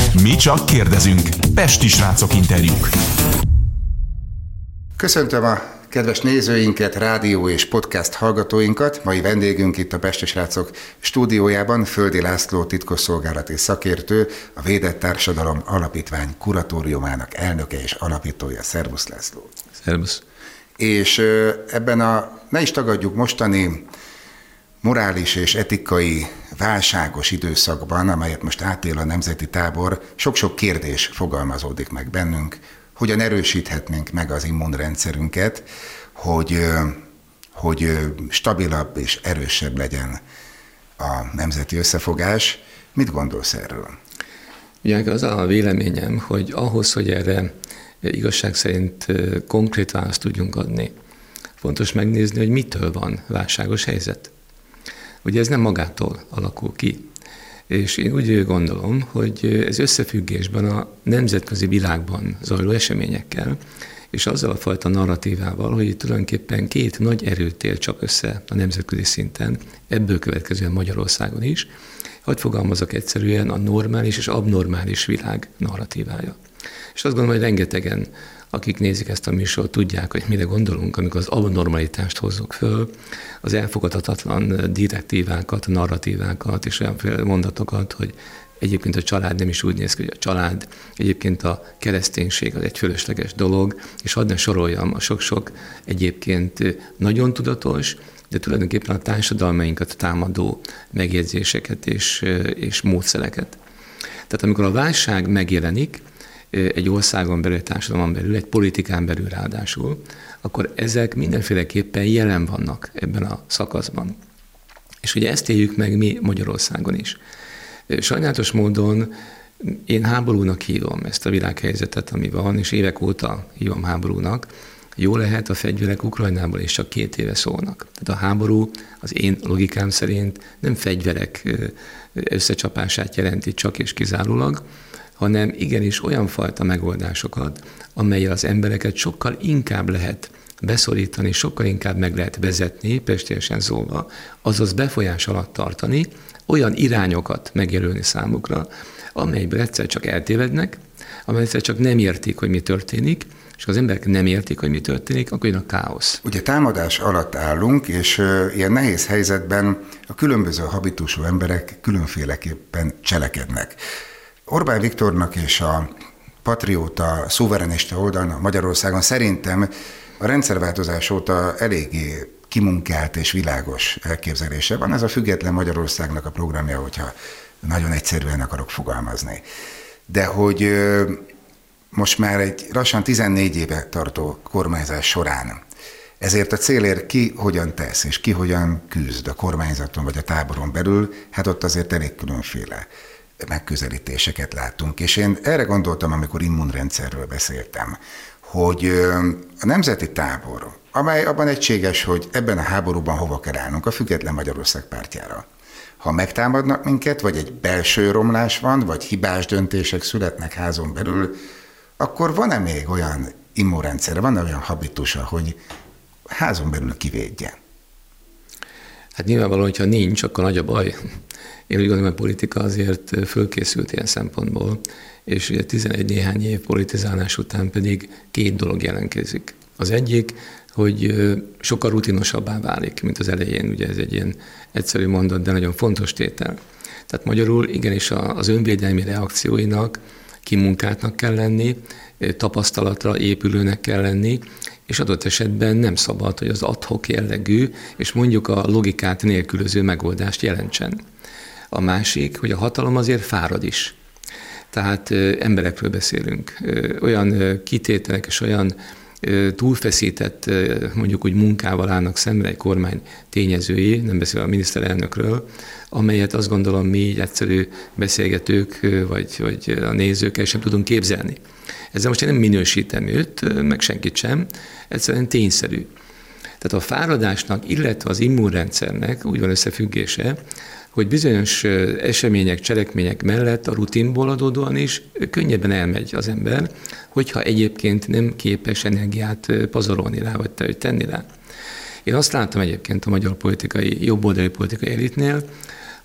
Mi csak kérdezünk. Pesti srácok interjúk. Köszöntöm a kedves nézőinket, rádió és podcast hallgatóinkat. Mai vendégünk itt a Pesti srácok stúdiójában Földi László titkosszolgálati szakértő, a Védett Társadalom Alapítvány kuratóriumának elnöke és alapítója. Szervusz, László! Szervusz! És ebben a, ne is tagadjuk, mostani morális és etikai válságos időszakban, amelyet most átél a nemzeti tábor, sok-sok kérdés fogalmazódik meg bennünk, hogyan erősíthetnénk meg az immunrendszerünket, hogy stabilabb és erősebb legyen a nemzeti összefogás. Mit gondolsz erről? Ugye az a véleményem, hogy ahhoz, hogy erre igazság szerint konkrét választ tudjunk adni, fontos megnézni, hogy mitől van válságos helyzet. Ugye ez nem magától alakul ki. És én úgy gondolom, hogy ez összefüggésben a nemzetközi világban zajló eseményekkel, és azzal a fajta narratívával, hogy tulajdonképpen két nagy erőtér csap össze a nemzetközi szinten, ebből következően Magyarországon is, hogy fogalmazok egyszerűen a normális és abnormális világ narratívája. És azt gondolom, hogy rengetegen, akik nézik ezt a műsort, tudják, hogy mire gondolunk, amikor az abnormalitást hozzuk föl, az elfogadhatatlan direktívákat, narratívákat és olyan mondatokat, hogy egyébként a család nem is úgy néz ki, hogy a család, egyébként a kereszténység az egy fölösleges dolog, és hadd ne soroljam a sok-sok egyébként nagyon tudatos, de tulajdonképpen a társadalmainkat támadó megjegyzéseket és módszereket. Tehát amikor a válság megjelenik, egy országon belül, egy társadalomon belül, egy politikán belül ráadásul, akkor ezek mindenféleképpen jelen vannak ebben a szakaszban. És ugye ezt éljük meg mi Magyarországon is. Sajnálatos módon én háborúnak hívom ezt a világhelyzetet, ami van, és évek óta hívom háborúnak. Jó lehet, a fegyverek Ukrajnából is csak 2 éve szólnak. Tehát a háború az én logikám szerint nem fegyverek összecsapását jelenti csak és kizárólag, hanem igenis olyan fajta megoldásokat, amellyel az embereket sokkal inkább lehet beszorítani, sokkal inkább meg lehet vezetni, pestélyesen szólva, azaz befolyás alatt tartani, olyan irányokat megjelölni számukra, amelyből egyszer csak eltévednek, amely egyszer csak nem értik, hogy mi történik, és ha az emberek nem értik, hogy mi történik, akkor jön a káosz. Ugye támadás alatt állunk, és ilyen nehéz helyzetben a különböző habitusú emberek különféleképpen cselekednek. Orbán Viktornak és a patrióta, szuverenista oldalon Magyarországon szerintem a rendszerváltozás óta eléggé kimunkált és világos elképzelése van. Ez a Független Magyarországnak a programja, hogyha nagyon egyszerűen akarok fogalmazni. De hogy most már egy lassan 14 éve tartó kormányzás során ezért a célért ki hogyan tesz, és ki hogyan küzd a kormányzaton vagy a táboron belül, hát ott azért elég különféle megközelítéseket láttunk. És én erre gondoltam, amikor immunrendszerről beszéltem, hogy a nemzeti tábor, amely abban egységes, hogy ebben a háborúban hova kell állnunk, a Független Magyarország pártjára. Ha megtámadnak minket, vagy egy belső romlás van, vagy hibás döntések születnek házon belül, akkor van-e még olyan immunrendszerre, van-e olyan habitusa, hogy házon belül kivédje? Hát nyilvánvalóan, hogyha nincs, akkor nagy a baj. Én úgy gondolom, hogy a politika azért fölkészült ilyen szempontból, és ugye 11 néhány év politizálás után pedig 2 dolog jelentkezik. Az egyik, hogy sokkal rutinosabbá válik, mint az elején. Ugye ez egy ilyen egyszerű mondat, de nagyon fontos tétel. Tehát magyarul igenis az önvédelmi reakcióinak kimunkáltnak kell lenni, tapasztalatra épülőnek kell lenni, és adott esetben nem szabad, hogy az ad-hoc jellegű, és mondjuk a logikát nélkülöző megoldást jelentsen. A másik, hogy a hatalom azért fárad is. Tehát emberekről beszélünk. Olyan kitételek és olyan túlfeszített, mondjuk úgy munkával állnak szemre egy kormány tényezői, nem beszél a miniszterelnökről, amelyet azt gondolom mi így egyszerű beszélgetők, vagy a nézők sem tudunk képzelni. Ezzel most én nem minősítem őt, meg senkit sem, egyszerűen tényszerű. Tehát a fáradásnak, illetve az immunrendszernek úgy van összefüggése, hogy bizonyos események, cselekmények mellett a rutinból adódóan is könnyebben elmegy az ember, hogyha egyébként nem képes energiát pazarolni rá, vagy tenni rá. Én azt láttam egyébként a magyar politikai, jobboldali politikai elitnél,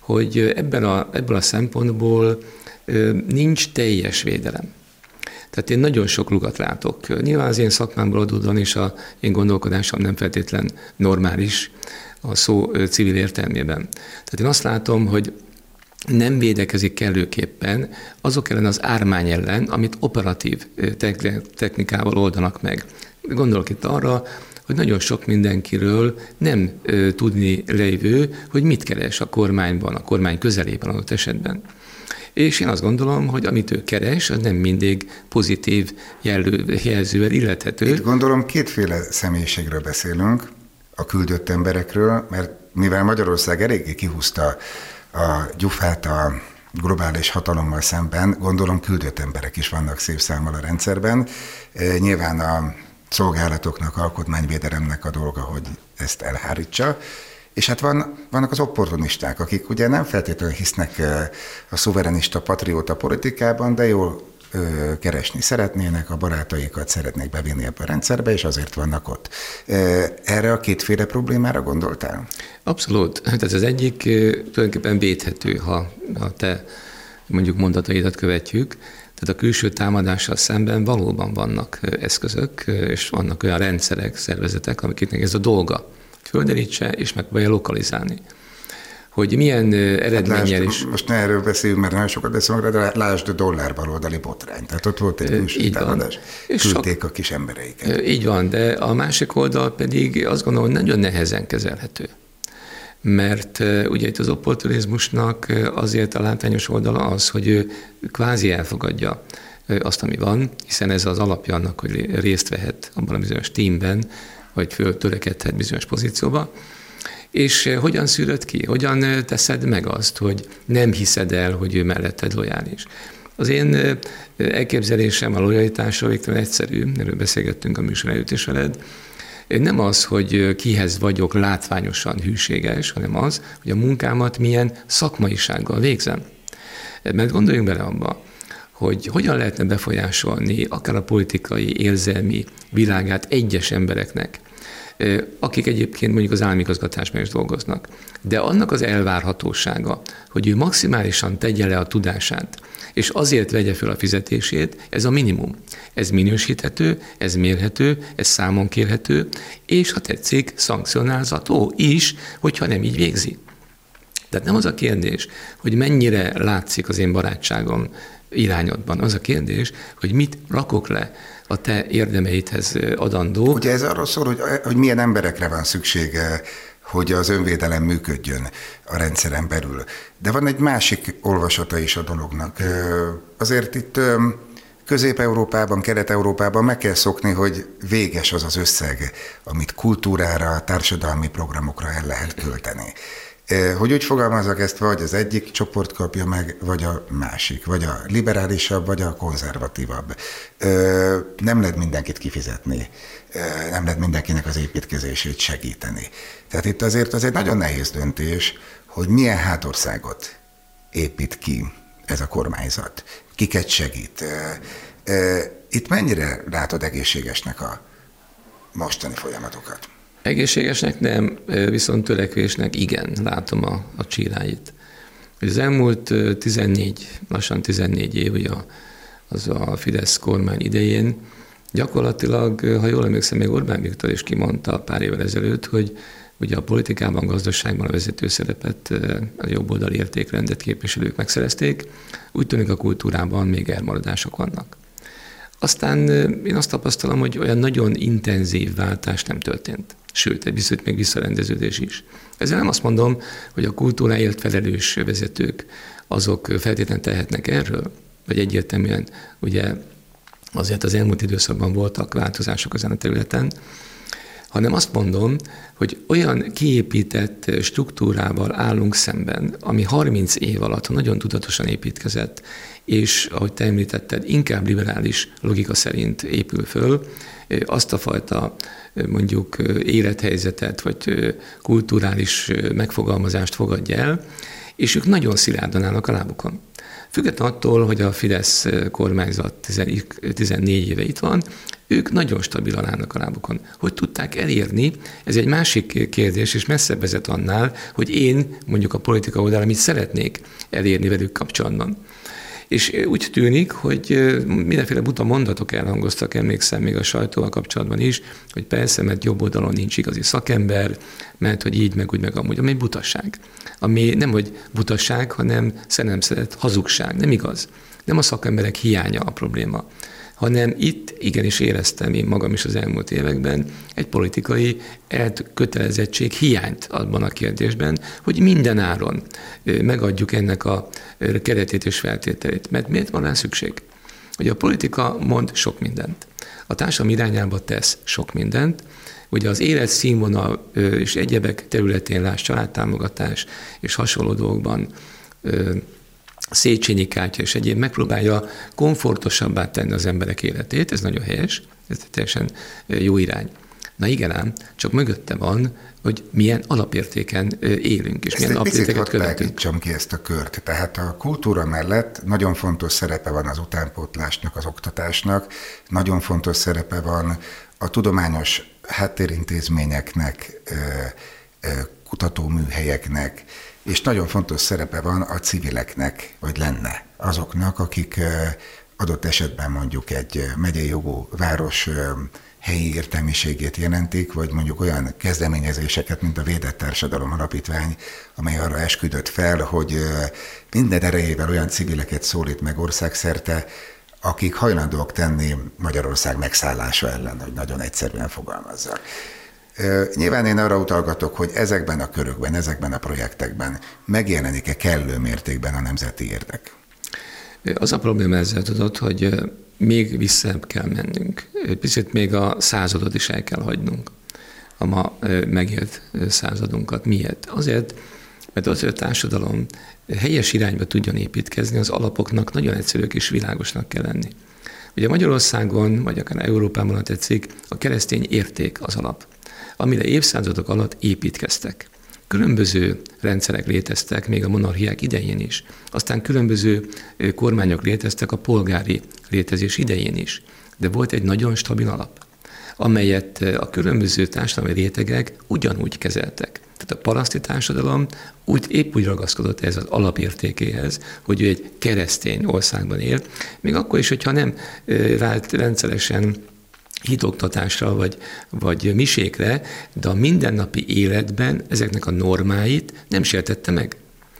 hogy ebből a szempontból nincs teljes védelem. Tehát én nagyon sok lugat látok. Nyilván az én szakmámból adódóan és az én gondolkodásom nem feltétlen normális a szó civil értelmében. Tehát én azt látom, hogy nem védekezik kellőképpen azok ellen az ármány ellen, amit operatív technikával oldanak meg. Gondolok itt arra, hogy nagyon sok mindenkiről nem tudni lévő, hogy mit keres a kormányban, a kormány közelében adott esetben. És én azt gondolom, hogy amit ő keres, az nem mindig pozitív jelzővel illethető. Itt gondolom kétféle személyiségről beszélünk, a küldött emberekről, mert mivel Magyarország eléggé kihúzta a gyufát a globális hatalommal szemben, gondolom küldött emberek is vannak szép számmal a rendszerben. Nyilván a szolgálatoknak, alkotmányvédelemnek a dolga, hogy ezt elhárítsa. És hát vannak az opportunisták, akik ugye nem feltétlenül hisznek a szuverenista, patrióta politikában, de jól keresni szeretnének, a barátaikat szeretnék bevinni ebbe a rendszerbe, és azért vannak ott. Erre a kétféle problémára gondoltál? Abszolút. Hát ez az egyik tulajdonképpen védhető, ha te mondjuk mondataidat követjük. Tehát a külső támadással szemben valóban vannak eszközök, és vannak olyan rendszerek, szervezetek, amiknek ez a dolga. Földerítse, és megpróbálja lokalizálni. Hogy milyen eredménnyel is... Most ne erről beszéljünk, mert nagyon sokat beszélünk, de lásd a dollár-baloldali botrány. Tehát ott volt egy külső támadás, küldték a kis embereiket. Így van, de a másik oldal pedig azt gondolom, hogy nagyon nehezen kezelhető. Mert ugye itt az opportunizmusnak azért a látványos oldala az, hogy ő kvázi elfogadja azt, ami van, hiszen ez az alapja annak, hogy részt vehet abban a bizonyos teamben, vagy föltörekedhet bizonyos pozícióba, és hogyan szűröd ki, hogyan teszed meg azt, hogy nem hiszed el, hogy ő melletted lojális. Az én elképzelésem a lojalitásról végtelen egyszerű, erről beszélgettünk a műsor előtt is veled, nem az, hogy kihez vagyok látványosan hűséges, hanem az, hogy a munkámat milyen szakmaisággal végzem. Mert gondoljunk bele abba, hogy hogyan lehetne befolyásolni akár a politikai, érzelmi világát egyes embereknek, akik egyébként mondjuk az államigazgatásban is dolgoznak. De annak az elvárhatósága, hogy ő maximálisan tegye le a tudását, és azért vegye fel a fizetését, ez a minimum. Ez minősíthető, ez mérhető, ez számon kérhető, és ha tetszik, szankcionálható is, hogyha nem így végzi. Tehát nem az a kérdés, hogy mennyire látszik az én barátságom irányodban. Az a kérdés, hogy mit rakok le a te érdemeidhez adandó. Ugye ez arról szól, hogy milyen emberekre van szüksége, hogy az önvédelem működjön a rendszeren belül. De van egy másik olvasata is a dolognak. Azért itt Közép-Európában, Kelet-Európában meg kell szokni, hogy véges az az összeg, amit kultúrára, társadalmi programokra el lehet költeni. Hogy úgy fogalmazzak ezt, vagy az egyik csoport kapja meg, vagy a másik, vagy a liberálisabb, vagy a konzervatívabb. Nem lehet mindenkit kifizetni, nem lehet mindenkinek az építkezését segíteni. Tehát itt azért az egy nagyon nehéz döntés, hogy milyen hátországot épít ki ez a kormányzat, kiket segít. Itt mennyire látod egészségesnek a mostani folyamatokat? Egészségesnek nem, viszont törekvésnek igen, látom a csíráit. Az elmúlt lassan 14 év, ugye az a Fidesz kormány idején, gyakorlatilag, ha jól emlékszem, még Orbán Viktor is kimondta pár évvel ezelőtt, hogy ugye a politikában, gazdaságban a vezető szerepet a jobboldali értékrendet képviselők megszerezték, úgy tűnik a kultúrában még elmaradások vannak. Aztán én azt tapasztalom, hogy olyan nagyon intenzív váltás nem történt. Sőt, egy még visszarendeződés is. Ezzel nem azt mondom, hogy a kultúráért felelős vezetők azok feltétlenül tehetnek erről, vagy egyértelműen ugye azért az elmúlt időszakban voltak változások ezen a területen, hanem azt mondom, hogy olyan kiépített struktúrával állunk szemben, ami 30 év alatt nagyon tudatosan építkezett, és ahogy te említetted, inkább liberális logika szerint épül föl, azt a fajta mondjuk élethelyzetet, vagy kulturális megfogalmazást fogadja el, és ők nagyon szilárdan állnak a lábukon. Függetlenül attól, hogy a Fidesz kormányzat 14 éve itt van, ők nagyon stabilan állnak a lábukon. Hogy tudták elérni, ez egy másik kérdés, és messzebb vezet annál, hogy én mondjuk a politika oldalán mit szeretnék elérni velük kapcsolatban. És úgy tűnik, hogy mindenféle buta mondatok elhangoztak, emlékszem még a sajtóval kapcsolatban is, hogy persze, mert jobb oldalon nincs igazi szakember, mert hogy így, meg úgy, meg amúgy, ami egy butaság. Ami nem, hogy butaság, hanem szerelemszedett hazugság, nem igaz. Nem a szakemberek hiánya a probléma, hanem itt igenis éreztem én magam is az elmúlt években egy politikai elkötelezettség hiányt abban a kérdésben, hogy minden áron megadjuk ennek a keretét és feltételét. Mert miért van rá szükség? Hogy a politika mond sok mindent. A társadalom irányába tesz sok mindent, ugye az életszínvonal és egyebek területén láss családtámogatás és hasonló dolgokban Széchenyi kártya és egyéb megpróbálja komfortosabbá tenni az emberek életét, ez nagyon helyes, ez teljesen jó irány. Na igen ám, csak mögötte van, hogy milyen alapértéken élünk, és ezt milyen alapértéket követünk. Ezt ki ezt a kört. Tehát a kultúra mellett nagyon fontos szerepe van az utánpótlásnak, az oktatásnak, nagyon fontos szerepe van a tudományos háttérintézményeknek, kutatóműhelyeknek, és nagyon fontos szerepe van a civileknek, vagy lenne azoknak, akik adott esetben mondjuk egy megyei jogú város helyi értelmiségét jelentik, vagy mondjuk olyan kezdeményezéseket, mint a Védett Társadalom Alapítvány, amely arra esküdött fel, hogy minden erejével olyan civileket szólít meg országszerte, akik hajlandóak tenni Magyarország megszállása ellen, hogy nagyon egyszerűen fogalmazzak. Nyilván én arra utalgatok, hogy ezekben a körökben, ezekben a projektekben megjelenik-e kellő mértékben a nemzeti érdek? Az a probléma ezzel tudod, hogy még vissza kell mennünk. Picit még a századot is el kell hagynunk, a ma megélt századunkat. Miért? Azért, mert az, hogy a társadalom helyes irányba tudjon építkezni, az alapoknak nagyon egyszerűek és világosnak kell lenni. Ugye Magyarországon, vagy akár Európában, ha tetszik, a keresztény érték az alap, amire évszázadok alatt építkeztek. Különböző rendszerek léteztek, még a monarchiák idején is. Aztán különböző kormányok léteztek a polgári létezés idején is. De volt egy nagyon stabil alap, amelyet a különböző társadalmi rétegek ugyanúgy kezeltek. Tehát a paraszti társadalom épp úgy ragaszkodott ez az alapértékéhez, hogy ő egy keresztény országban él, még akkor is, hogyha nem vált rendszeresen hitoktatásra vagy misékre, de a mindennapi életben ezeknek a normáit nem sértette meg.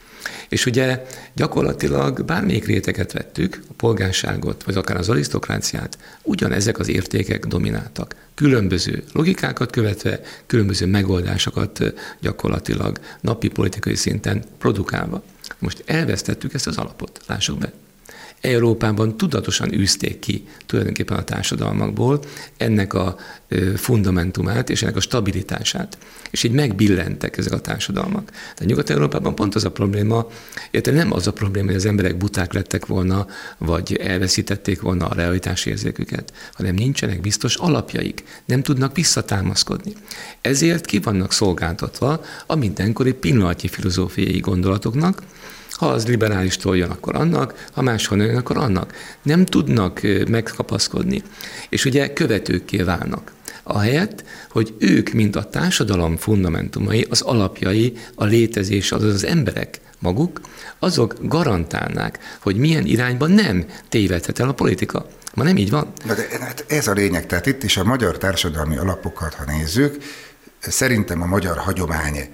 És ugye gyakorlatilag bármelyik réteget vettük, a polgárságot, vagy akár az arisztokráciát, ugyanezek az értékek domináltak. Különböző logikákat követve, különböző megoldásokat gyakorlatilag napi politikai szinten produkálva. Most elvesztettük ezt az alapot, lássuk be. Európában tudatosan űzték ki tulajdonképpen a társadalmakból ennek a fundamentumát és ennek a stabilitását. És így megbillentek ezek a társadalmak. De Nyugat-Európában pont az a probléma, illetve nem az a probléma, hogy az emberek buták lettek volna, vagy elveszítették volna a realitásérzéküket, hanem nincsenek biztos alapjaik, nem tudnak visszatámaszkodni. Ezért ki vannak szolgáltatva a mindenkori pillanatnyi filozófiai gondolatoknak. Ha az liberálistól jön, akkor annak, ha máshol jön, akkor annak. Nem tudnak megkapaszkodni, és ugye követőkké válnak. Ahelyett, hogy ők, mint a társadalom fundamentumai, az alapjai, a létezés, azaz az emberek maguk, azok garantálnák, hogy milyen irányban nem tévedhet el a politika. Ma nem így van. De hát ez a lényeg, tehát itt is a magyar társadalmi alapokat, ha nézzük, szerintem a magyar hagyomány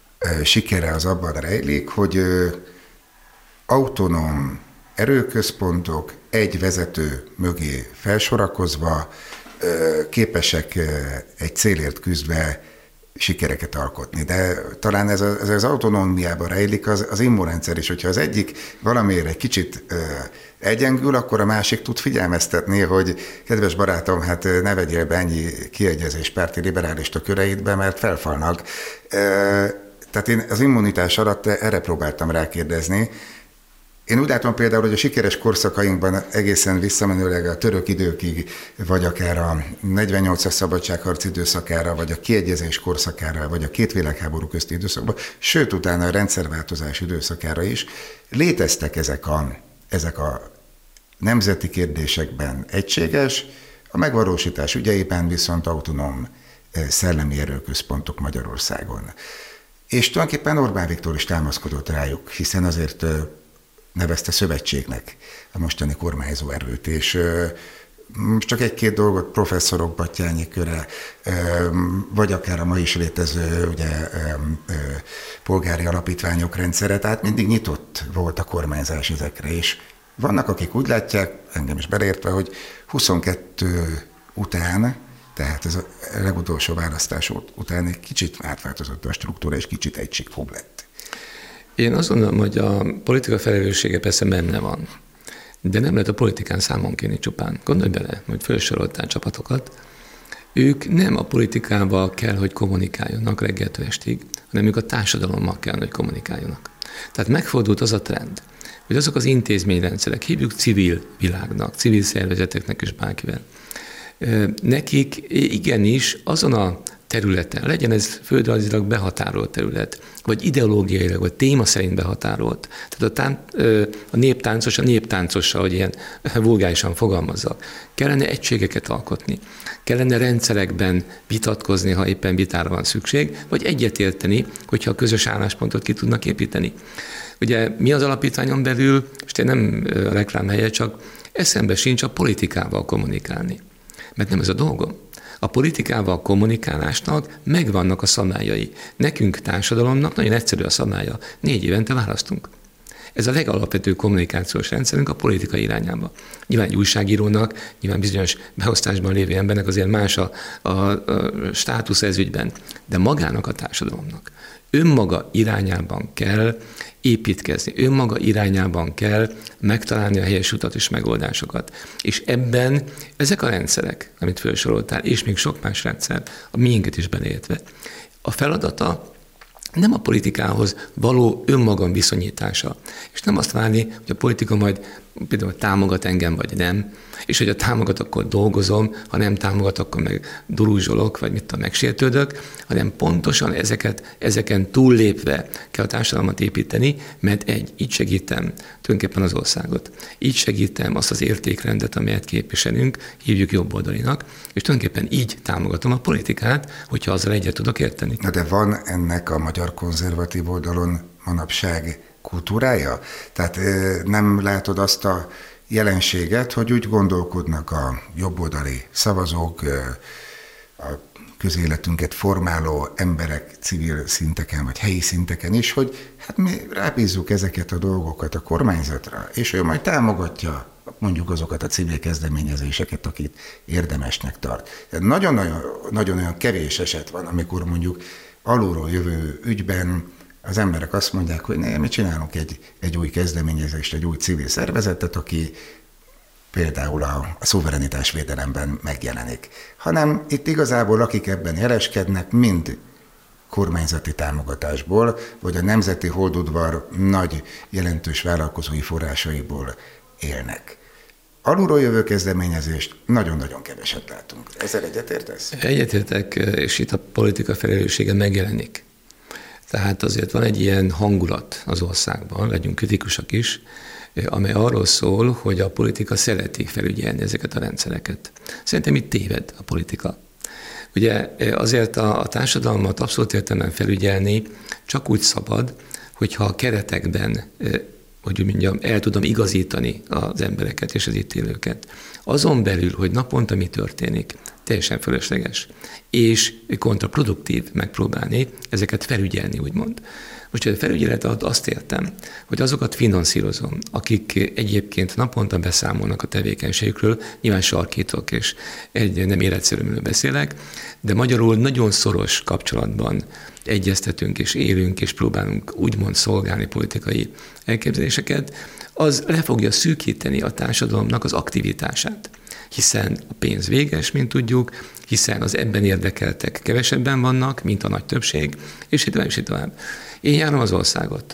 sikere az abban rejlik, hogy autonóm erőközpontok egy vezető mögé felsorakozva képesek egy célért küzdve sikereket alkotni. De talán ez az autonómiában rejlik az immunrendszer is, hogyha az egyik valamiért egy kicsit egyengül, akkor a másik tud figyelmeztetni, hogy kedves barátom, hát ne vegyél be ennyi kiegyezéspárti liberálista köreidbe, mert felfalnak. Tehát én az immunitás alatt erre próbáltam rákérdezni. Én úgy látom például, hogy a sikeres korszakainkban egészen visszamenőleg a török időkig, vagy akár a 48-as szabadságharc időszakára, vagy a kiegyezés korszakára, vagy a két világháború közti időszakban, sőt utána a rendszerváltozás időszakára is léteztek ezek a ezek a nemzeti kérdésekben egységes, a megvalósítás ügyeiben viszont autonóm szellemi erőközpontok Magyarországon. És tulajdonképpen Orbán Viktor is támaszkodott rájuk, hiszen azért nevezte szövetségnek a mostani kormányzó erőt, és most csak egy-két dolgot, professzorok Batthyány köre, vagy akár a ma is létező ugye, polgári alapítványok rendszere, tehát mindig nyitott volt a kormányzás ezekre, és vannak, akik úgy látják, engem is beleértve, hogy 22 után, tehát ez a legutolsó választás után egy kicsit átváltozott a struktúra, és kicsit egységfúbb lett. Én azt gondolom, hogy a politika felelőssége persze benne van, de nem lehet a politikán számon kérni csupán. Gondolj bele, hogy felsoroltál csapatokat, ők nem a politikával kell, hogy kommunikáljanak reggeltől estig, hanem ők a társadalommal kell, hogy kommunikáljanak. Tehát megfordult az a trend, hogy azok az intézményrendszerek, hívjuk civil világnak, civil szervezeteknek is bárkivel, nekik igenis azon a területen, legyen ez földrajzilag behatárolt terület, vagy ideológiailag, vagy téma szerint behatárolt. Tehát a néptáncosa, hogy ilyen vulgárisan fogalmazzak, kellene egységeket alkotni, kellene rendszerekben vitatkozni, ha éppen vitára van szükség, vagy egyetérteni, hogyha a közös álláspontot ki tudnak építeni. Ugye mi az alapítványon belül, és nem reklámhelye, csak eszembe sincs a politikával kommunikálni. Mert nem ez a dolgom. A politikával kommunikálásnak megvannak a szabályai. Nekünk társadalomnak nagyon egyszerű a szabálya. 4 évente választunk. Ez a legalapvetőbb kommunikációs rendszerünk a politika irányába. Nyilván egy újságírónak, nyilván bizonyos beosztásban lévő embernek azért más a státusz ez ügyben, de magának a társadalomnak önmaga irányában kell építkezni, önmaga irányában kell megtalálni a helyes utat és megoldásokat. És ebben ezek a rendszerek, amit felsoroltál, és még sok más rendszer, a miénket is beleértve, a feladata nem a politikához való önmagam viszonyítása. És nem azt várni, hogy a politika majd például támogat engem, vagy nem, és hogy a támogat, akkor dolgozom, ha nem támogat, akkor meg duruzsolok, vagy mit tudom, megsértődök, hanem pontosan ezeken túllépve kell a társadalmat építeni, mert így segítem tulajdonképpen az országot. Így segítem azt az értékrendet, amelyet képviselünk, hívjuk jobboldalinak, és tulajdonképpen így támogatom a politikát, hogyha azzal egyet tudok érteni. Na de van ennek a magyar konzervatív oldalon manapság kultúrája? Tehát nem látod azt a jelenséget, hogy úgy gondolkodnak a jobboldali szavazók, a közéletünket formáló emberek civil szinteken, vagy helyi szinteken is, hogy hát mi rábízzuk ezeket a dolgokat a kormányzatra, és ő majd támogatja mondjuk azokat a civil kezdeményezéseket, akit érdemesnek tart. Nagyon olyan kevés eset van, amikor mondjuk alulról jövő ügyben az emberek azt mondják, hogy mi csinálunk egy új kezdeményezést, egy új civil szervezetet, aki például a szuverenitásvédelemben megjelenik. Hanem itt igazából akik ebben jeleskednek, mind kormányzati támogatásból, vagy a Nemzeti Holdudvar nagy jelentős vállalkozói forrásaiból élnek. Alulról jövő kezdeményezést nagyon-nagyon keveset látunk. Ezzel egyetértesz? Egyetértek, és itt a politika felelőssége megjelenik. Tehát azért van egy ilyen hangulat az országban, legyünk kritikusak is, amely arról szól, hogy a politika szereti felügyelni ezeket a rendszereket. Szerintem itt téved a politika. Ugye azért a társadalmat abszolút értelemben felügyelni csak úgy szabad, hogyha a keretekben, hogy úgy mondjam, el tudom igazítani az embereket és az itt élőket. Azon belül, hogy naponta mi történik, teljesen fölösleges, és kontraproduktív megpróbálni ezeket felügyelni, úgymond. Most a felügyelet alatt azt értem, hogy azokat finanszírozom, akik egyébként naponta beszámolnak a tevékenységükről, nyilván sarkítok, és egy nem életszerűről beszélek, de magyarul nagyon szoros kapcsolatban egyeztetünk és élünk, és próbálunk úgymond szolgálni politikai elképzeléseket, az le fogja szűkíteni a társadalomnak az aktivitását. Hiszen a pénz véges, mint tudjuk, hiszen az ebben érdekeltek kevesebben vannak, mint a nagy többség, és így tovább. Én járom az országot,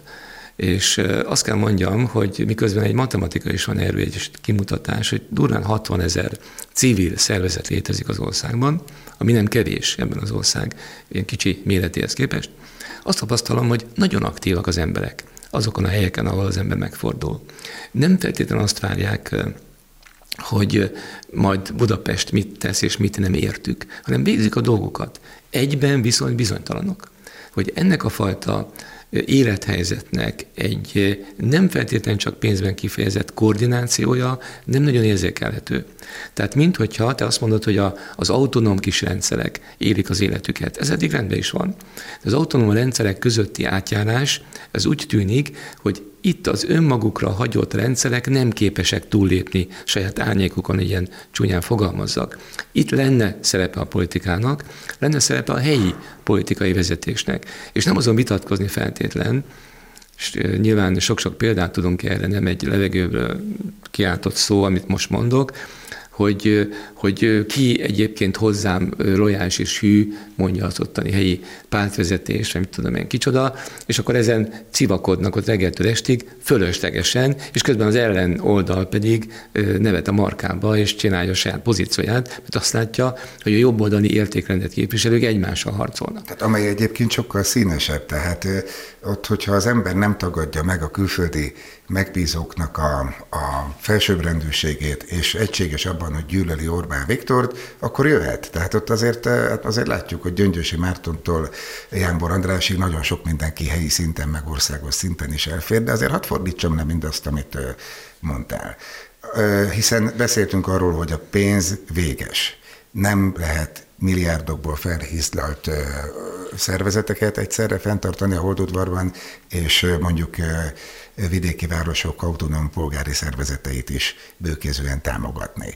és azt kell mondjam, hogy miközben egy matematika is van erről egy kimutatás, hogy durván 60 000 civil szervezet létezik az országban, ami nem kevés ebben az ország, ilyen kicsi méretéhez képest, azt tapasztalom, hogy nagyon aktívak az emberek. azokon a helyeken, ahol az ember megfordul. Nem feltétlenül azt várják, hogy majd Budapest mit tesz és mit nem értük, hanem végzik a dolgokat. Egyben viszont bizonytalanok, hogy ennek a fajta élethelyzetnek egy nem feltétlenül csak pénzben kifejezett koordinációja nem nagyon érzékelhető. Tehát minthogyha te azt mondod, hogy az autonóm kis rendszerek élik az életüket. Ez eddig rendben is van. Az autonóm rendszerek közötti átjárás, ez úgy tűnik, hogy itt az önmagukra hagyott rendszerek nem képesek túllépni saját árnyékukon, ilyen csúnyán fogalmazzak. Itt lenne szerepe a politikának, lenne szerepe a helyi politikai vezetésnek. És nem azon vitatkozni feltétlen, és nyilván sok-sok példát tudunk erre, nem egy levegőből kiáltott szó, amit most mondok, hogy ki egyébként hozzám lojális és hű, mondja az ottani helyi pártvezetés, vagy mit tudom én kicsoda, és akkor ezen civakodnak ott reggeltől estig fölöslegesen, és közben az ellen oldal pedig nevet a markába, és csinálja a saját pozícióját, mert azt látja, hogy a jobboldali értékrendet képviselők egymással harcolnak. Tehát amely egyébként sokkal színesebb, tehát ott, hogyha az ember nem tagadja meg a külföldi megbízóknak a felsőbbrendűségét, és egységes abban, hogy gyűlöli Orbán Viktort, akkor jöhet. Tehát ott azért látjuk, hogy Gyöngyösi Mártontól Jánbor Andrásig nagyon sok mindenki helyi szinten, meg országos szinten is elfér, de azért hadd fordítsam le mindazt, amit mondtál. Hiszen beszéltünk arról, hogy a pénz véges. Nem lehet milliárdokból felhízlalt szervezeteket egyszerre fenntartani a holdudvarban, és mondjuk vidéki városok autonóm polgári szervezeteit is bőkezően támogatni.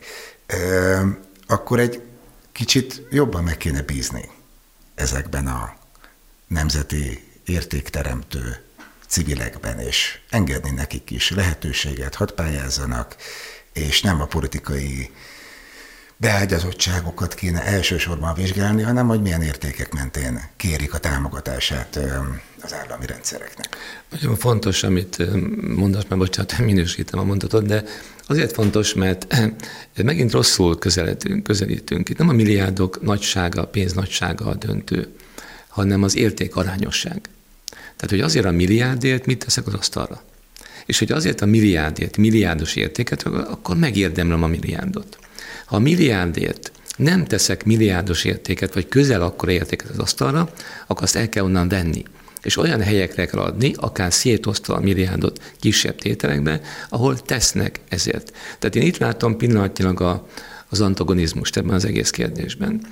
Akkor egy kicsit jobban meg kéne bízni ezekben a nemzeti értékteremtő civilekben, és engedni nekik is lehetőséget, hadd pályázzanak, és nem a politikai beágyazottságokat kéne elsősorban vizsgálni, hanem hogy milyen értékek mentén kérik a támogatását az állami rendszereknek. Nagyon fontos, amit mondasz, mert bocsánat, minősítem a mondatot, de azért fontos, mert megint rosszul közelítünk. Itt nem a milliárdok nagysága, a pénz nagysága a döntő, hanem az értékarányosság. Tehát, hogy azért a milliárdért mit teszek az asztalra. És hogy azért a milliárdért milliárdos értéket, akkor megérdemlem a milliárdot. Ha a milliárdért nem teszek milliárdos értéket, vagy közel akkora értéket az asztalra, akkor azt el kell onnan venni. És olyan helyekre kell adni, akár szétosztva a milliárdot kisebb tételekbe, ahol tesznek ezért. Tehát én itt látom pillanatnyilag az antagonizmust ebben az egész kérdésben.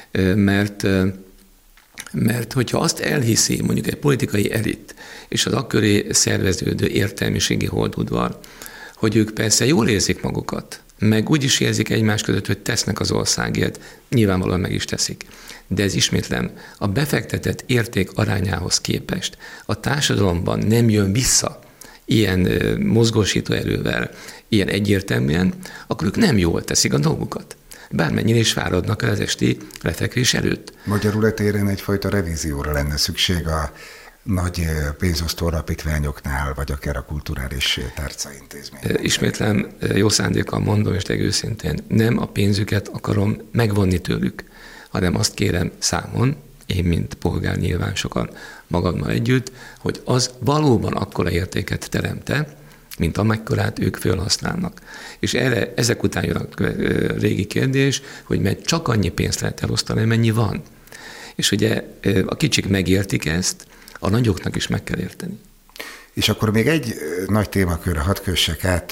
Mert hogyha azt elhiszi mondjuk egy politikai elit, és az akköré szerveződő értelmiségi holdudvar, hogy ők persze jól érzik magukat, meg úgy is érzik egymás között, hogy tesznek az országért, nyilvánvalóan meg is teszik. De ez ismétlem, a befektetett érték arányához képest a társadalomban nem jön vissza ilyen mozgósító erővel, ilyen egyértelműen, akkor ők nem jól teszik a dolgukat. Bármennyire is fáradnak el az esti lefekvés előtt. Magyarul etéren egyfajta revízióra lenne szükség a nagy pénzosztó alapítványoknál, vagy akár a kulturális tárcaintézményeknél. Ismétlem, jó szándékkal mondom, és legőszintén, nem a pénzüket akarom megvonni tőlük, hanem azt kérem számon, én, mint polgár nyilván sokan magammal együtt, hogy az valóban akkora értéket teremte, mint amekkorát ők felhasználnak. És ezek után jön a régi kérdés, hogy mert csak annyi pénzt lehet elosztani, mennyi van. És ugye a kicsik megértik ezt, a nagyoknak is meg kell érteni. És akkor még egy nagy témakörre hadd kössek át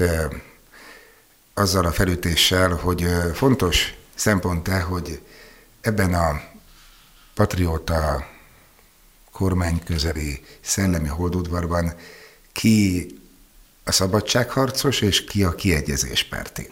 azzal a felütéssel, hogy fontos szempont-e, hogy ebben a patrióta kormányközeli szellemi holdudvarban ki a szabadságharcos és ki a kiegyezéspárti.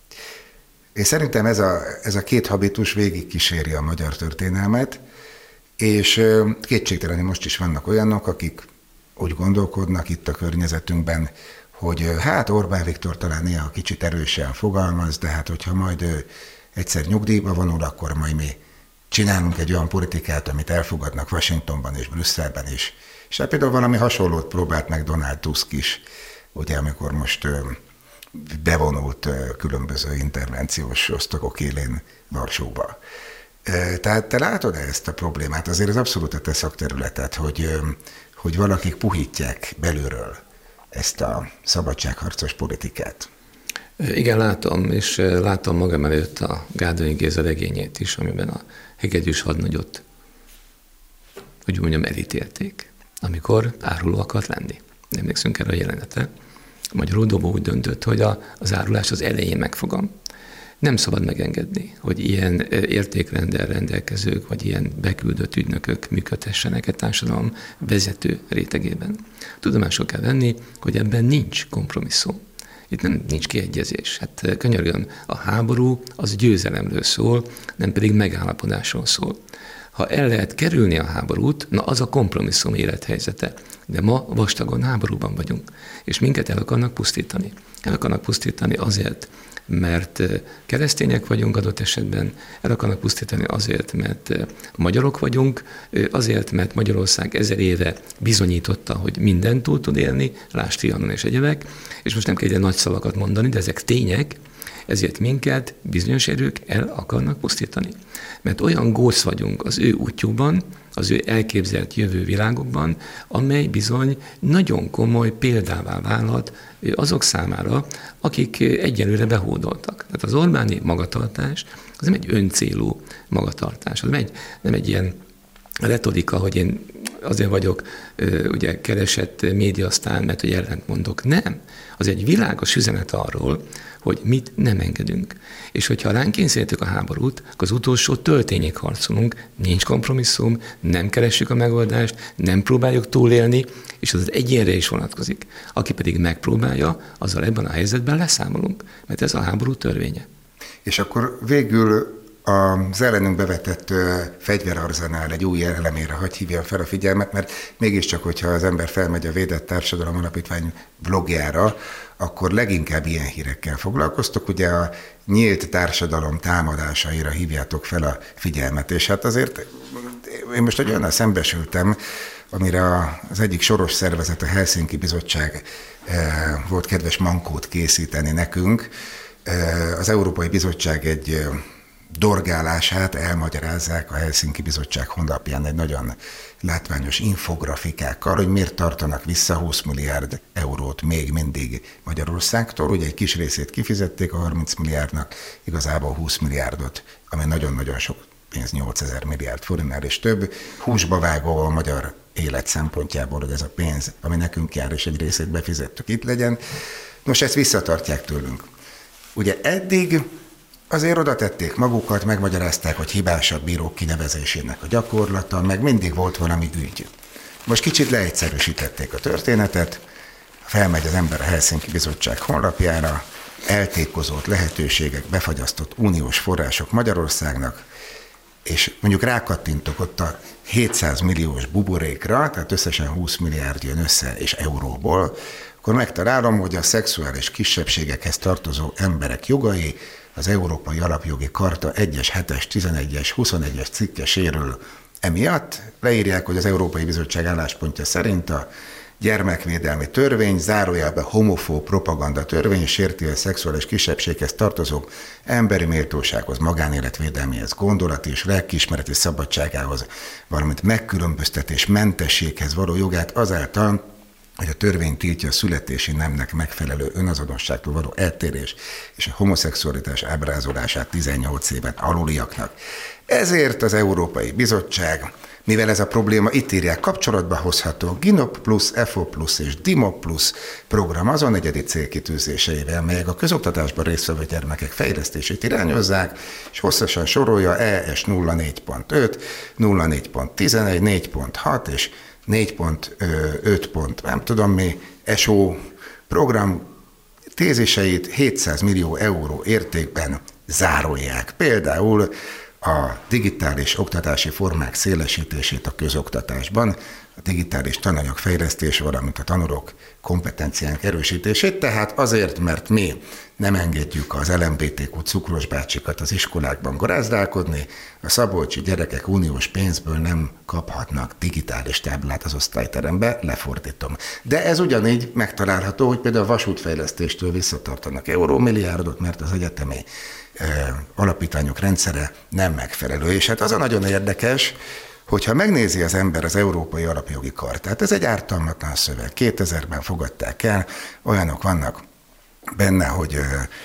És szerintem ez a két habitus végigkíséri a magyar történelmet, és kétségtelenül most is vannak olyanok, akik úgy gondolkodnak itt a környezetünkben, hogy hát Orbán Viktor talán néha kicsit erősen fogalmaz, de hát hogyha majd ő egyszer nyugdíjba vonul, akkor majd mi csinálunk egy olyan politikát, amit elfogadnak Washingtonban és Brüsszelben is. És hát például valami hasonlót próbált meg Donald Tusk is, ugye amikor most bevonult különböző intervenciós osztagok élén Varsóba. Tehát te látod ezt a problémát? Azért ez abszolút a te szakterületed, hogy valakik puhítják belülről ezt a szabadságharcos politikát? Igen, látom, és látom magam előtt a Gárdonyi Géza regényét is, amiben a hegedűs hadnagyot, hogy mondjam, elítélték, amikor áruló akart lenni. Emlékszünk erre a jelenetre. Magyarul Dobó úgy döntött, hogy az árulás az elején megfogam. Nem szabad megengedni, hogy ilyen értékrenddel rendelkezők, vagy ilyen beküldött ügynökök működhessenek egy társadalom vezető rétegében. Tudomásul kell venni, hogy ebben nincs kompromisszum. Itt nincs kiegyezés. Hát könyörgöm, a háború az győzelemről szól, nem pedig megállapodásról szól. Ha el lehet kerülni a háborút, na az a kompromisszum élethelyzete. De ma vastagon háborúban vagyunk, és minket el akarnak pusztítani. El akarnak pusztítani azért, mert keresztények vagyunk adott esetben, el akarnak pusztítani azért, mert magyarok vagyunk, azért, mert Magyarország 1000 éve bizonyította, hogy mindent túl tud élni, lásd Trianon és egyebek, és most nem kell ilyen nagy szavakat mondani, de ezek tények, ezért minket bizonyos erők el akarnak pusztítani. Mert olyan gósz vagyunk az ő útjukban, az ő elképzelt jövő világokban, amely bizony nagyon komoly példává válhat azok számára, akik egyelőre behódoltak. Tehát az Orbáni magatartás az nem egy öncélú magatartás, az nem egy ilyen retorika, hogy én azért vagyok ugye keresett médiasztár, mert hogy ellent mondok. Nem. Az egy világos üzenet arról, hogy mit nem engedünk. És hogyha ránk kényszerítjük a háborút, akkor az utolsó töltényig harcolunk, nincs kompromisszum, nem keressük a megoldást, nem próbáljuk túlélni, és az egyénre is vonatkozik. Aki pedig megpróbálja, azzal ebben a helyzetben leszámolunk, mert ez a háború törvénye. És akkor végül az ellenünk bevetett fegyverarzenál egy új elemére hagy hívja fel a figyelmet, mert mégiscsak, hogyha az ember felmegy a Védett Társadalom Alapítvány blogjára, akkor leginkább ilyen hírekkel foglalkoztok. Ugye a nyílt társadalom támadásaira hívjátok fel a figyelmet, és hát azért én most egy olyannal szembesültem, amire az egyik soros szervezet, a Helsinki Bizottság volt kedves mankót készíteni nekünk. Az Európai Bizottság egy dorgálását elmagyarázzák a Helsinki Bizottság honlapján egy nagyon látványos infografikákkal, hogy miért tartanak vissza 20 milliárd eurót még mindig Magyarországtól. Ugye egy kis részét kifizették a 30 milliárdnak, igazából 20 milliárdot, ami nagyon-nagyon sok pénz, 8000 milliárd forintnál és több. Húsba vágó a magyar élet szempontjából, hogy ez a pénz, ami nekünk jár, és egy részét befizettük, itt legyen. Nos, ezt visszatartják tőlünk. Ugye eddig azért oda tették magukat, megmagyarázták, hogy hibásabb bírók kinevezésének a gyakorlata, meg mindig volt valami ügy. Most kicsit leegyszerűsítették a történetet, felmegy az ember a Helsinki Bizottság honlapjára, eltékozott lehetőségek, befagyasztott uniós források Magyarországnak, és mondjuk rákattintok ott a 700 milliós buborékra, tehát összesen 20 milliárd jön össze, és euróból, akkor megtalálom, hogy a szexuális kisebbségekhez tartozó emberek jogai az Európai Alapjogi Karta 1-es, 7-es, 11-es, 21-es cikke sérül. Emiatt leírják, hogy az Európai Bizottság álláspontja szerint a gyermekvédelmi törvény, zárójelben homofób propaganda törvény sérti a szexuális kisebbséghez tartozók emberi méltósághoz, magánéletvédelméhez, gondolati és lelkiismereti szabadságához, valamint megkülönböztetés mentességhez való jogát azáltal, hogy a törvény tiltja a születési nemnek megfelelő önazonosságtól való eltérés és a homoszexualitás ábrázolását 18 éven aluliaknak. Ezért az Európai Bizottság, mivel ez a probléma, itt írják, kapcsolatba hozható GINOP+, EFO+ és DIMOP+ program azon egyedi célkitűzéseivel, melyek a közoktatásban résztvevő gyermekek fejlesztését irányozzák, és hosszasan sorolja ES 04.5, 04.11, 4.6 és 4.5. nem tudom mi, SO program téziseit 700 millió euró értékben zárolják. Például a digitális oktatási formák szélesítését a közoktatásban, a digitális tananyag fejlesztés, valamint a tanulók kompetenciánk erősítését, tehát azért, mert mi nem engedjük az LMBTQ cukros bácsikat az iskolákban garázdálkodni, a szabolcsi gyerekek uniós pénzből nem kaphatnak digitális táblát az osztályterembe, lefordítom. De ez ugyanígy megtalálható, hogy például a vasútfejlesztéstől visszatartanak eurómilliárdot, mert az egyetemi alapítványok rendszere nem megfelelő. És hát az a nagyon érdekes, Hogyha megnézi az ember az Európai Alapjogi Chartát, ez egy ártalmatlan szöveg, 2000-ben fogadták el, olyanok vannak benne, hogy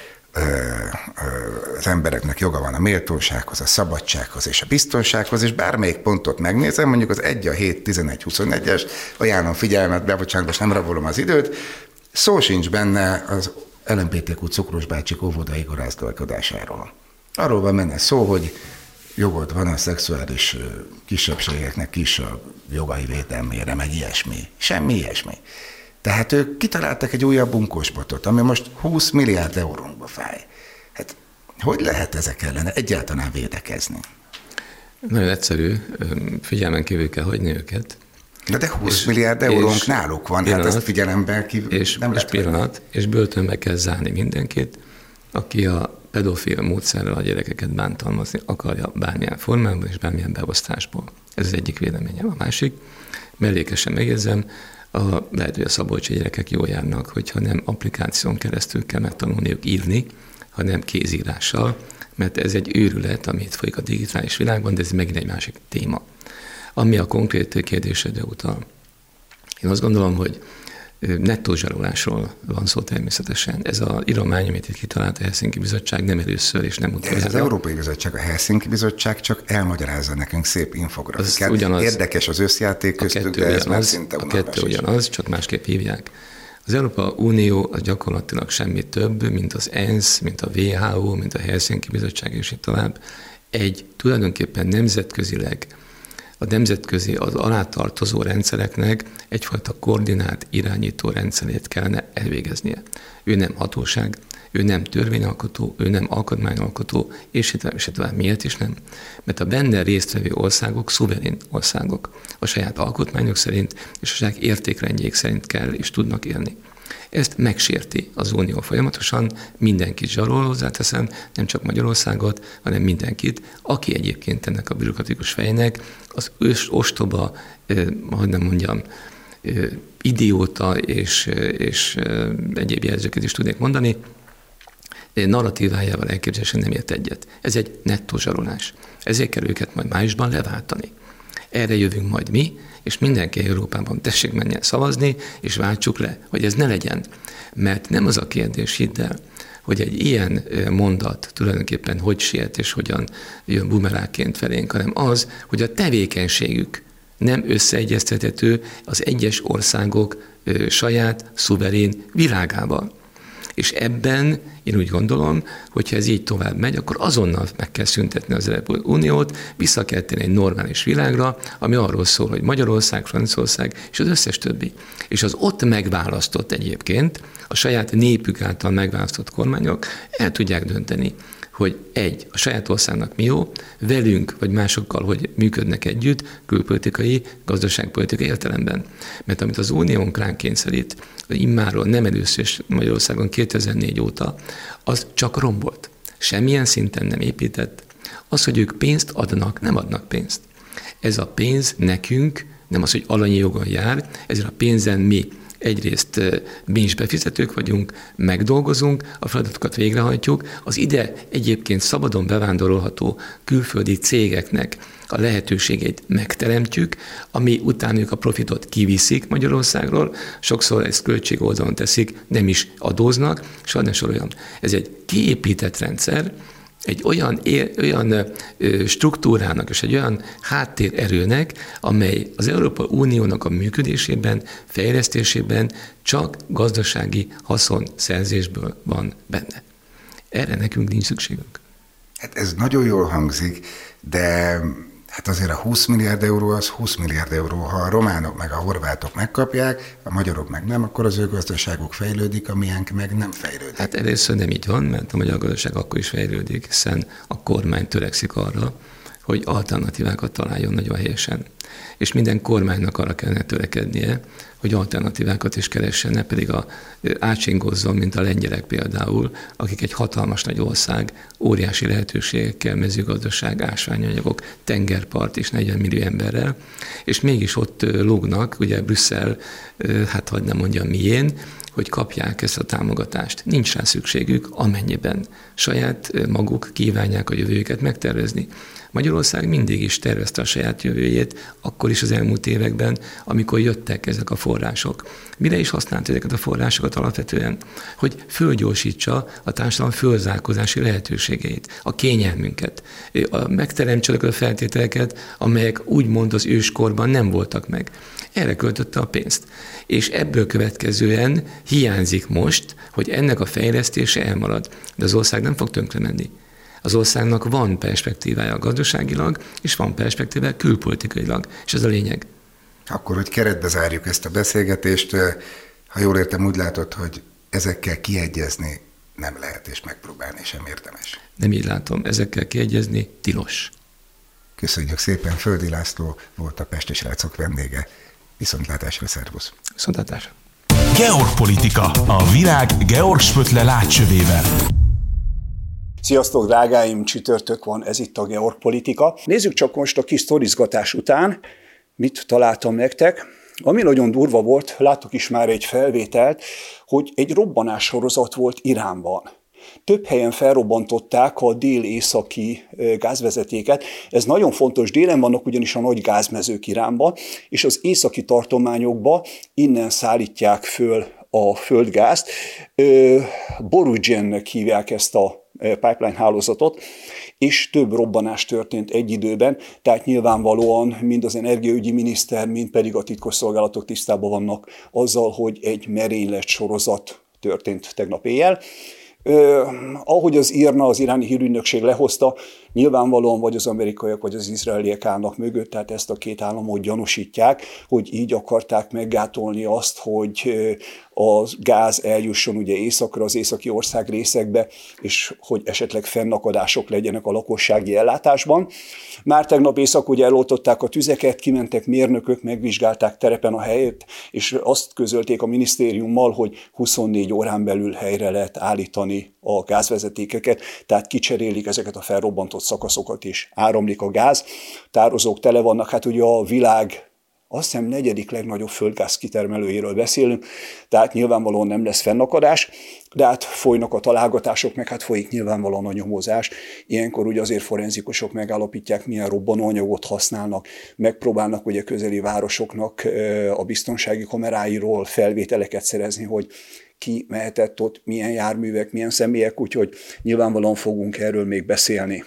az embereknek joga van a méltósághoz, a szabadsághoz és a biztonsághoz, és bármelyik pontot megnézem, mondjuk az 1, a 7, 11, 21-es, ajánlom figyelmet, bocsánat, most nem rabolom az időt, szó sincs benne az LMBTQ Cukros bácsik óvodai garázdálkodásáról. Arról van benne szó, hogy jogod van a szexuális kisebbségeknek is a jogai védelmére, meg ilyesmi. Semmi ilyesmi. Tehát ők kitaláltak egy újabb bunkósbotot, ami most 20 milliárd eurónkba fáj. Hát hogy lehet ezek ellen egyáltalán védekezni? Nagyon egyszerű, figyelmen kívül kell hagyni őket. De 20 milliárd eurónk náluk van, hát ezt figyelemben kívül nem lehet. Pillanat, és börtönbe kell zárni mindenkit, aki a pedofil módszerrel a gyerekeket bántalmazni akarja bármilyen formában és bármilyen beosztásból. Ez az egyik véleményem. A másik, mellékesen megjegyzem, lehet, hogy a szabolcsi gyerekek jól járnak, hogyha nem applikáción keresztül kell megtanulniuk írni, hanem kézírással, mert ez egy őrület, amit folyik a digitális világban, de ez megint egy másik téma. Ami a konkrét kérdésedre utal. Én azt gondolom, hogy nettó zsarolásról van szó természetesen. Ez az íromány, amit itt kitalált a Helsinki Bizottság, nem először és nem utoljára. Ez az Európai Bizottság, a Helsinki Bizottság csak elmagyarázza nekünk szép infografikát. Érdekes az összjáték köztünk, de ez már szinte unalmas. A kettő ugyanaz, csak másképp hívják. Az Európai Unió az gyakorlatilag semmi több, mint az ENSZ, mint a WHO, mint a Helsinki Bizottság és így tovább. Egy tulajdonképpen nemzetközileg az alátartozó rendszereknek egyfajta koordinált irányító rendszerét kellene elvégeznie. Ő nem hatóság, ő nem törvényalkotó, ő nem alkotmányalkotó, és tovább. Miért is nem? Mert a benne résztvevő országok szuverén országok. A saját alkotmányok szerint és a saját értékrendjék szerint kell és tudnak élni. Ezt megsérti az Unió folyamatosan, mindenkit zsarol, hozzáteszem, nem csak Magyarországot, hanem mindenkit, aki egyébként ennek a bürokratikus fejnek az ostoba, hogy nem mondjam, idióta és egyéb jelzőket is tudnék mondani, narratívájával elképzelésen nem ért egyet. Ez egy nettó zsarolás. Ezért kell őket majd májusban leváltani. Erre jövünk majd mi, és mindenki Európában tessék menjen szavazni, és váltsuk le, hogy ez ne legyen. Mert nem az a kérdés, hidd el, hogy egy ilyen mondat tulajdonképpen hogy siet és hogyan jön bumeránként felénk, hanem az, hogy a tevékenységük nem összeegyeztethető az egyes országok saját, szuverén világával. És ebben én úgy gondolom, hogyha ez így tovább megy, akkor azonnal meg kell szüntetni az Európai Uniót, vissza kell tenni egy normális világra, ami arról szól, hogy Magyarország, Franciaország és az összes többi. És az ott megválasztott egyébként, a saját népük által megválasztott kormányok el tudják dönteni, hogy a saját országnak mi jó, velünk vagy másokkal, hogy működnek együtt külpolitikai, gazdaságpolitikai értelemben. Mert amit az Unión ránk kényszerít, immáról nem először Magyarországon 2004 óta, az csak rombolt. Semmilyen szinten nem épített. Az, hogy ők pénzt adnak, nem adnak pénzt. Ez a pénz nekünk, nem az, hogy alanyi jogon jár, ezért a pénzen mi egyrészt mi is befizetők vagyunk, megdolgozunk, a feladatokat végrehajtjuk, az ide egyébként szabadon bevándorolható külföldi cégeknek a lehetőségét megteremtjük, ami utánuk a profitot kiviszik Magyarországról, sokszor ezt költség oldalon teszik, nem is adóznak, sajnos olyan. Ez egy kiépített rendszer, egy olyan struktúrának és egy olyan háttérerőnek, amely az Európai Uniónak a működésében, fejlesztésében csak gazdasági haszonszerzésből van benne. Erre nekünk nincs szükségünk. Hát ez nagyon jól hangzik, de hát azért a 20 milliárd euró az 20 milliárd euró. Ha a románok meg a horvátok megkapják, a magyarok meg nem, akkor az ő gazdaságuk fejlődik, a miénk meg nem fejlődik. Hát először nem így van, mert a magyar gazdaság akkor is fejlődik, hiszen a kormány törekszik arra, hogy alternatívákat találjon nagyon helyesen. És minden kormánynak arra kellene törekednie, hogy alternatívákat is keressen, ne pedig átsingózzon, mint a lengyelek például, akik egy hatalmas nagy ország, óriási lehetőségekkel, mezőgazdaság, ásványanyagok, tengerpart és 40 millió emberrel, és mégis ott lógnak, ugye Brüsszel, hát hogy nem mondjam mién, hogy kapják ezt a támogatást. Nincs rá szükségük, amennyiben saját maguk kívánják a jövőjüket megtervezni. Magyarország mindig is tervezte a saját jövőjét, akkor is az elmúlt években, amikor jöttek ezek a források. Mire is használta ezeket a forrásokat alapvetően? Hogy fölgyorsítsa a társadalom fölzárkózási lehetőségeit, a kényelmünket, megteremtse a feltételeket, amelyek úgymond az őskorban nem voltak meg. Erre költötte a pénzt. És ebből következően hiányzik most, hogy ennek a fejlesztése elmarad. De az ország nem fog tönkre menni. Az országnak van perspektívája gazdaságilag, és van perspektívája külpolitikailag, és ez a lényeg. Akkor, hogy keretbe zárjuk ezt a beszélgetést, ha jól értem, úgy látod, hogy ezekkel kiegyezni nem lehet, és megpróbálni sem érdemes. Nem így látom, ezekkel kiegyezni tilos. Köszönjük szépen, Földi László volt a Pesti Srácok vendége. Viszontlátásra, szervusz! Viszontlátásra! Georgpolitika, a világ Georg Spötle látcsövével. Sziasztok, drágáim! Csütörtök van, ez itt a Georgpolitika. Nézzük csak most a kis sztorizgatás után, mit találtam nektek. Ami nagyon durva volt, láttok is már egy felvételt, hogy egy robbanássorozat volt Iránban. Több helyen felrobbantották a dél-északi gázvezetéket. Ez nagyon fontos, délen vannak ugyanis a nagy gázmezők Iránba, és az északi tartományokba innen szállítják föl a földgázt. Borudzsennek hívják ezt a pipeline hálózatot, és több robbanás történt egy időben, tehát nyilvánvalóan mind az energiaügyi miniszter, mind pedig a titkosszolgálatok tisztában vannak azzal, hogy egy merénylet sorozat történt tegnap éjjel. Ahogy az IRNA, az iráni hírügynökség lehozta, nyilvánvalóan vagy az amerikaiak, vagy az izraeliek állnak mögött, tehát ezt a két államot gyanúsítják, hogy így akarták meggátolni azt, hogy a gáz eljusson ugye északra, az északi ország részekbe, és hogy esetleg fennakadások legyenek a lakossági ellátásban. Már tegnap éjszak ugye eloltották a tüzeket, kimentek mérnökök, megvizsgálták terepen a helyet, és azt közölték a minisztériummal, hogy 24 órán belül helyre lehet állítani a gázvezetékeket, tehát kicserélik ezeket a felrobbantott szakaszokat, és áramlik a gáz. Tározók tele vannak, hát ugye a világ azt hiszem 4. legnagyobb földgáz kitermelőjéről beszélünk, tehát nyilvánvalóan nem lesz fennakadás, de hát folynak a találgatások, meg hát folyik nyilvánvalóan a nyomozás. Ilyenkor ugye azért forenzikusok megállapítják, milyen robbanóanyagot használnak, megpróbálnak ugye közeli városoknak a biztonsági kameráiról felvételeket szerezni, hogy ki mehetett ott, milyen járművek, milyen személyek, úgyhogy nyilvánvalóan fogunk erről még beszélni.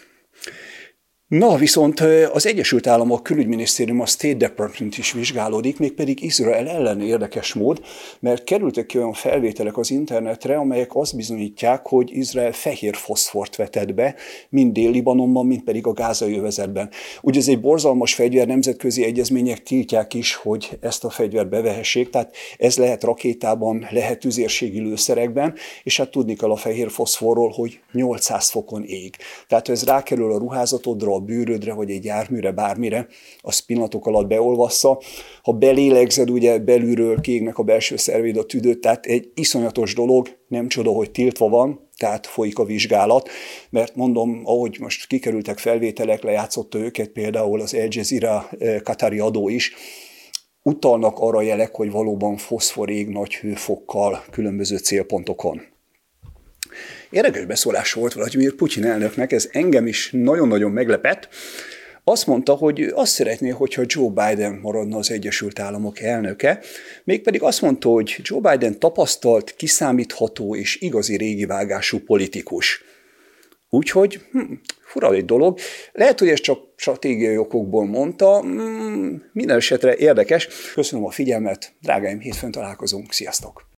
Na, viszont az Egyesült Államok külügyminisztérium, a State Department is vizsgálódik, mégpedig Izrael ellen érdekes mód, mert kerültek ki olyan felvételek az internetre, amelyek azt bizonyítják, hogy Izrael fehér foszfort vetett be, mind Dél-Libanonban, mind pedig a gázai övezetben. Ugye ez egy borzalmas fegyver, nemzetközi egyezmények tiltják is, hogy ezt a fegyvert bevehessék, tehát ez lehet rakétában, lehet tüzérségi lőszerekben, és hát tudni kell a fehér foszforról, hogy 800 fokon ég. Tehát ha ez rákerül a ruházatodra, a bőrödre, vagy egy járműre, bármire, az pillanatok alatt beolvassza. Ha belélegzed, ugye belülről kiégnek a belső szervéd, a tüdőt, tehát egy iszonyatos dolog, nem csoda, hogy tiltva van, tehát folyik a vizsgálat, mert mondom, ahogy most kikerültek felvételek, lejátszotta őket például az Al Jazeera katari adó is, utalnak arra jelek, hogy valóban foszfor ég nagy hőfokkal különböző célpontokon. Érdekes beszólás volt Vladimir Putyin elnöknek, ez engem is nagyon-nagyon meglepett. Azt mondta, hogy azt szeretné, hogyha Joe Biden maradna az Egyesült Államok elnöke, mégpedig azt mondta, hogy Joe Biden tapasztalt, kiszámítható és igazi régi vágású politikus. Úgyhogy fura egy dolog. Lehet, hogy ez csak stratégiai okokból mondta, minden esetre érdekes. Köszönöm a figyelmet, drágáim, hétfőn találkozunk, sziasztok!